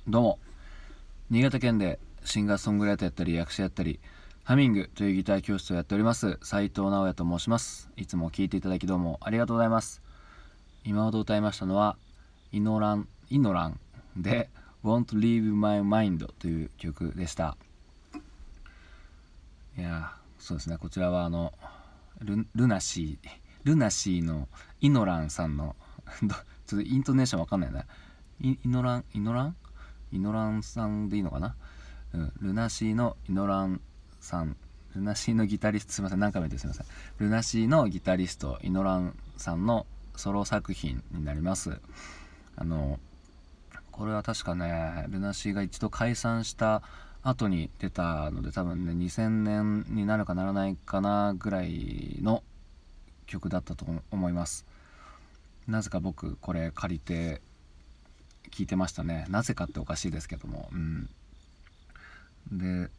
どうも、新潟県でシンガーソングライターやったり役者やったりハミングというギター教室をやっております斉藤直也と申します。いつも聴いていただきどうもありがとうございます。今ほど歌いましたのはイノランで Won't Leave My Mind という曲でした。いやそうですね、こちらはルナシーのイノランさんのちょっとイントネーションわかんないな。イノランさんでいいのかな、ルナシーのイノランさん、ルナシーのギタリスト、すいません何回も言ってすいません、ルナシーのギタリストイノランさんのソロ作品になります。これは確かね、ルナシーが一度解散した後に出たので、多分ね2000年になるかならないかなぐらいの曲だったと思います。なぜか僕これ借りて聞いてましたね。なぜかっておかしいですけども、で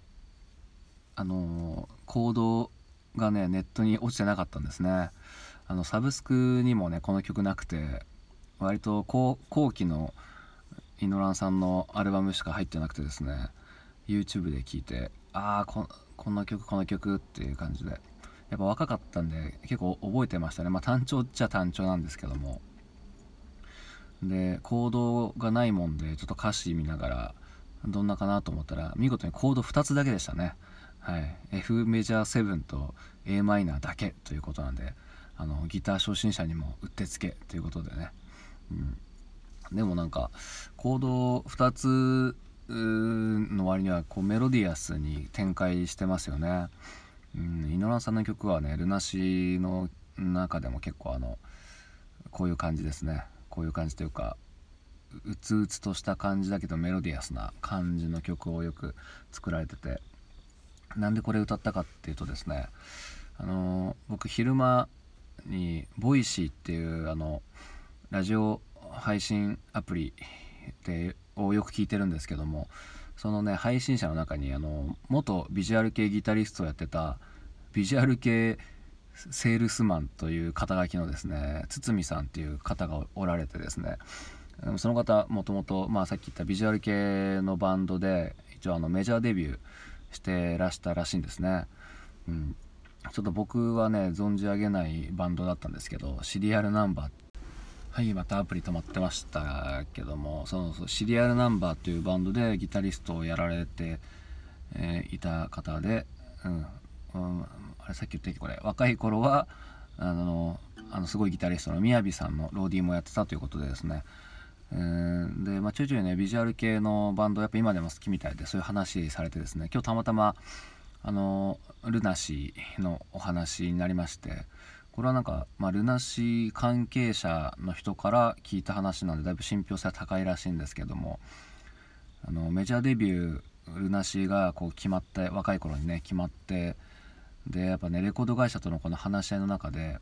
コードがねネットに落ちてなかったんですね。サブスクにもねこの曲なくて、割と後期のイノランさんのアルバムしか入ってなくてですね、 YouTube で聴いて、この曲っていう感じで、やっぱ若かったんで結構覚えてましたね。単調っちゃ単調なんですけども、でコードがないもんでちょっと歌詞見ながらどんなかなと思ったら、見事にコード2つだけでしたね。はい、F メジャー7と a マイナーだけということなんで、ギター初心者にもうってつけということでね、でもなんかコード2つの割にはこうメロディアスに展開してますよね。イノランさんの曲はね、ルナシーの中でも結構こういう感じですね。こういう感じというか、うつうつとした感じだけどメロディアスな感じの曲をよく作られてて、なんでこれ歌ったかっていうとですね、僕昼間にボイシーっていうラジオ配信アプリをよく聞いてるんですけども、そのね配信者の中に元ビジュアル系ギタリストをやってたビジュアル系セールスマンという肩書きのですね堤さんっていう方がおられてですね、その方もともとさっき言ったビジュアル系のバンドで一応メジャーデビューしてらしたらしいんですね。ちょっと僕はね存じ上げないバンドだったんですけど、シリアルナンバー、はい、またアプリ止まってましたけども、そうシリアルナンバーというバンドでギタリストをやられて、いた方で、あれさっき言ったっけ、これ若い頃はすごいギタリストのみやびさんのローディーもやってたということでですね、でちょいちょいねビジュアル系のバンドやっぱ今でも好きみたいで、そういう話されてですね、今日たまたまルナシーのお話になりまして、これはなんか、ルナシー関係者の人から聞いた話なんでだいぶ信憑性は高いらしいんですけども、メジャーデビュールナシーがこう決まって、若い頃にね決まって、でやっぱねレコード会社とのこの話し合いの中で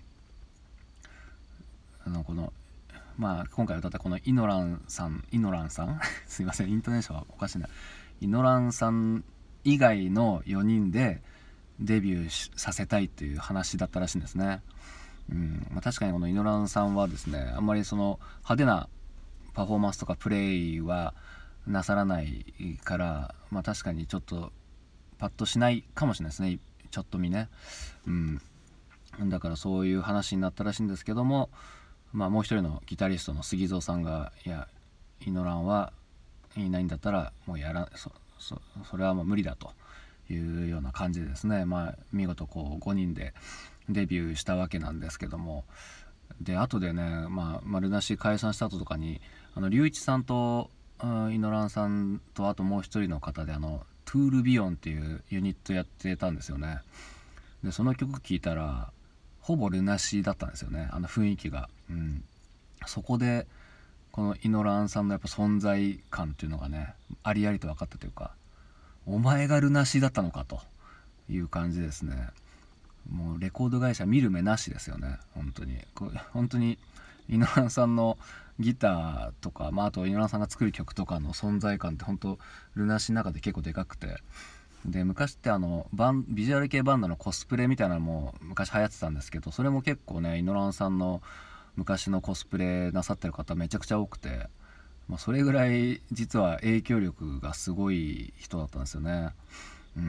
この今回歌ったこのイノランさんすいませんイントネーションはおかしいな、イノランさん以外の4人でデビューさせたいという話だったらしいんですね。確かにこのイノランさんはですね、あんまりその派手なパフォーマンスとかプレイはなさらないから、確かにちょっとパッとしないかもしれないですね、ちょっと見ね。だからそういう話になったらしいんですけども、もう一人のギタリストの杉蔵さんが、いやイノランはいないんだったらもうそれはもう無理だというような感じでですね、見事こう5人でデビューしたわけなんですけども、で後でね、ルナシー解散した後とかに龍一さんとイノランさんとあともう一人の方でトゥールビヨンっていうユニットやってたんですよね。でその曲聴いたらほぼルナシーだったんですよね、雰囲気が。そこでこのイノランさんのやっぱ存在感っていうのがねありありと分かったというか、お前がルナシーだったのかという感じですね。もうレコード会社見る目なしですよね、本当にイノランさんのギターとか、あとイノランさんが作る曲とかの存在感って本当ルナシーの中で結構でかくて、で昔ってビジュアル系バンドのコスプレみたいなのも昔流行ってたんですけど、それも結構ねイノランさんの昔のコスプレなさってる方めちゃくちゃ多くて、 それぐらい実は影響力がすごい人だったんですよね。うん、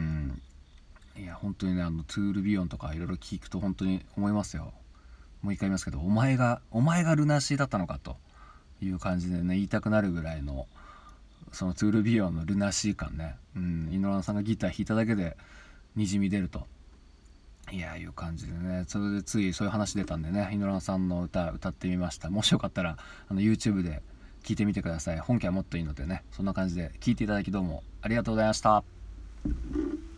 いや本当にね、トゥールビヨンとかいろいろ聞くと本当に思いますよ。もう一回言いますけど、お前がルナシーだったのかという感じでね、言いたくなるぐらいの、そのトゥールビヨンのルナシー感ね、イノランさんがギター弾いただけでにじみ出るという感じでね、それでついそういう話出たんでね、イノランさんの歌ってみました。もしよかったらYouTube で聴いてみてください。本家はもっといいのでね、そんな感じで聴いていただきどうもありがとうございました。